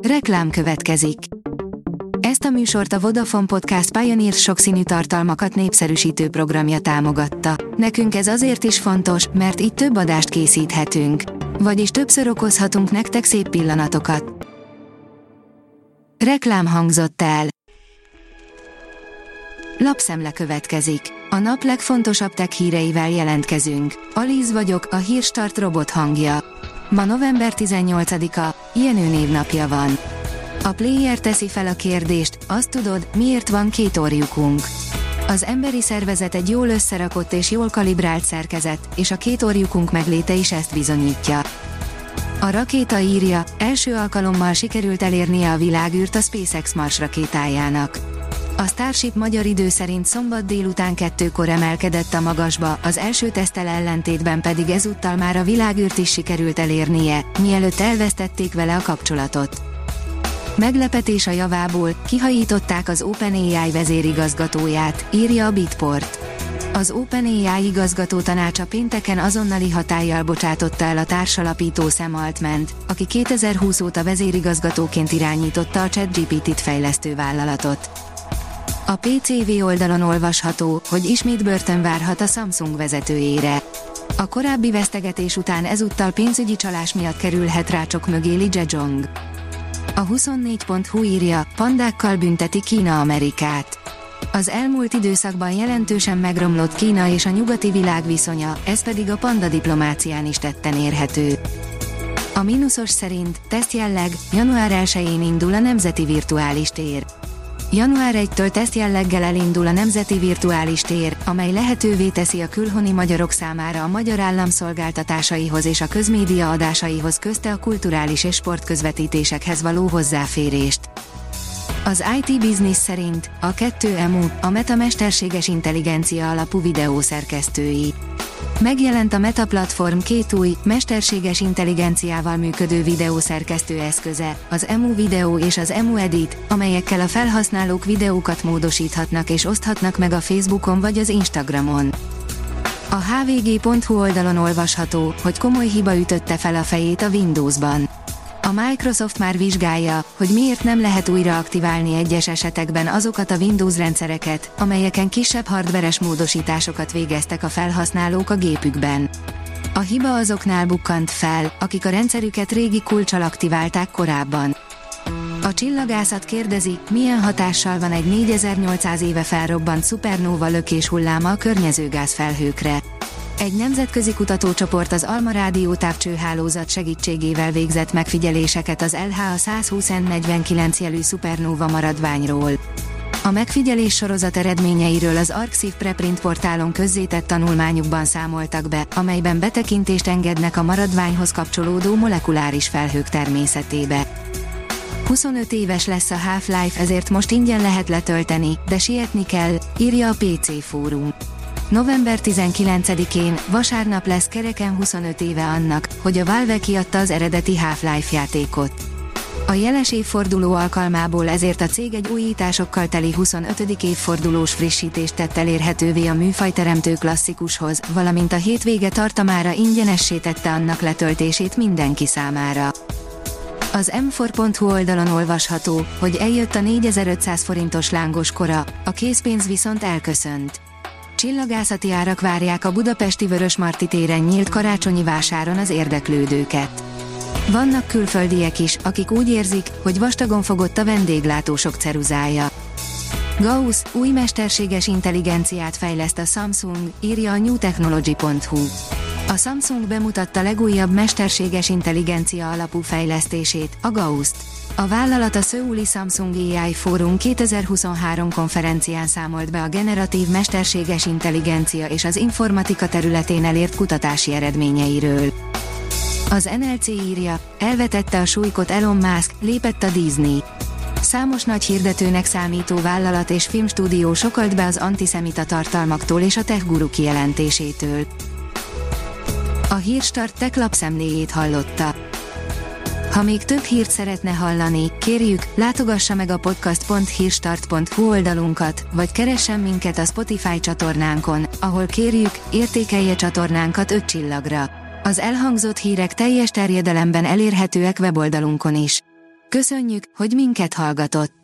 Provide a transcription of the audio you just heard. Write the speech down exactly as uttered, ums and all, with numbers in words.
Reklám következik. Ezt a műsort a Vodafone Podcast Pioneer sokszínű tartalmakat népszerűsítő programja támogatta. Nekünk ez azért is fontos, mert így több adást készíthetünk. Vagyis többször okozhatunk nektek szép pillanatokat. Reklám hangzott el. Lapszemle következik. A nap legfontosabb tech híreivel jelentkezünk. Alíz vagyok, a Hírstart robot hangja. Ma november tizennyolcadika, Jenő névnapja van. A Player teszi fel a kérdést, azt tudod, miért van két orrjukunk? Az emberi szervezet egy jól összerakott és jól kalibrált szerkezet, és a két orrjukunk megléte is ezt bizonyítja. A rakéta írja, első alkalommal sikerült elérnie a világűrt a SpaceX Mars rakétájának. A Starship magyar idő szerint szombat délután kettőkor emelkedett a magasba, az első teszttel ellentétben pedig ezúttal már a világűrt is sikerült elérnie, mielőtt elvesztették vele a kapcsolatot. Meglepetés a javából, kihajították az OpenAI vezérigazgatóját, írja a Bitport. Az OpenAI igazgató tanácsa pénteken azonnali hatállyal bocsátotta el a társalapító Sam Altmant, aki kétezer-húsz óta vezérigazgatóként irányította a ChatGPT-t fejlesztő vállalatot. A pé cé vé oldalon olvasható, hogy ismét börtön várhat a Samsung vezetőjére. A korábbi vesztegetés után ezúttal pénzügyi csalás miatt kerülhet rácsok mögé Li Zhezhong. A huszonnégy pont hu írja, pandákkal bünteti Kína Amerikát. Az elmúlt időszakban jelentősen megromlott Kína és a nyugati világ viszonya, ez pedig a panda diplomácián is tetten érhető. A mínuszos szerint, tesztjelleg, január elsején indul a Nemzeti Virtuális Tér. január elsejétől tesztjelleggel elindul a Nemzeti Virtuális Tér, amely lehetővé teszi a külhoni magyarok számára a magyar állam szolgáltatásaihoz és a közmédia adásaihoz, közte a kulturális és sportközvetítésekhez való hozzáférést. Az i té Business szerint a kettő emu, a Meta mesterséges intelligencia alapú videószerkesztői. Megjelent a Meta platform két új, mesterséges intelligenciával működő videószerkesztő eszköze, az Emu Video és az Emu Edit, amelyekkel a felhasználók videókat módosíthatnak és oszthatnak meg a Facebookon vagy az Instagramon. A há vé gé pont hu oldalon olvasható, hogy komoly hiba ütötte fel a fejét a Windowsban. A Microsoft már vizsgálja, hogy miért nem lehet újra aktiválni egyes esetekben azokat a Windows rendszereket, amelyeken kisebb hardveres módosításokat végeztek a felhasználók a gépükben. A hiba azoknál bukkant fel, akik a rendszerüket régi kulccsal aktiválták korábban. A csillagászat kérdezi, milyen hatással van egy négyezer-nyolcszáz éve felrobbant szupernóva lökés hulláma a környező gázfelhőkre. Egy nemzetközi kutatócsoport az ALMA rádiótávcsőhálózat segítségével végzett megfigyeléseket az el há száz húsz en negyvenkilenc jelű szupernóva maradványról. A megfigyelés sorozat eredményeiről az Arxiv preprint portálon közzétett tanulmányukban számoltak be, amelyben betekintést engednek a maradványhoz kapcsolódó molekuláris felhők természetébe. huszonöt éves lesz a Half-Life, ezért most ingyen lehet letölteni, de sietni kell, írja a pé cé Fórum. november tizenkilencedikén, vasárnap lesz kereken huszonöt éve annak, hogy a Valve kiadta az eredeti Half-Life játékot. A jeles évforduló alkalmából ezért a cég egy újításokkal teli huszonötödik évfordulós frissítést tett elérhetővé a műfajteremtő klasszikushoz, valamint a hétvége tartamára ingyenessé tette annak letöltését mindenki számára. Az em négy pont hu oldalon olvasható, hogy eljött a négyezer-ötszáz forintos lángos kora, a készpénz viszont elköszönt. Csillagászati árak várják a budapesti Vörösmarty téren nyílt karácsonyi vásáron az érdeklődőket. Vannak külföldiek is, akik úgy érzik, hogy vastagon fogott a vendéglátósok ceruzája. Gauss új mesterséges intelligenciát fejleszt a Samsung, írja a newtechnology pont hu. A Samsung bemutatta legújabb mesterséges intelligencia alapú fejlesztését, a Gauss-t. A vállalat a szöuli Samsung á i Fórum kétezer-huszonhárom konferencián számolt be a generatív mesterséges intelligencia és az informatika területén elért kutatási eredményeiről. Az en el cé írja, elvetette a sulykot Elon Musk, lépett a Disney. Számos nagy hirdetőnek számító vállalat és filmstúdió sokkalt be az antiszemita tartalmaktól és a tech guru kijelentésétől. A Hírstart tech lapszemléjét hallotta. Ha még több hírt szeretne hallani, kérjük, látogassa meg a podcast pont hírstart pont hu oldalunkat, vagy keressen minket a Spotify csatornánkon, ahol kérjük, értékelje csatornánkat öt csillagra. Az elhangzott hírek teljes terjedelemben elérhetőek weboldalunkon is. Köszönjük, hogy minket hallgatott!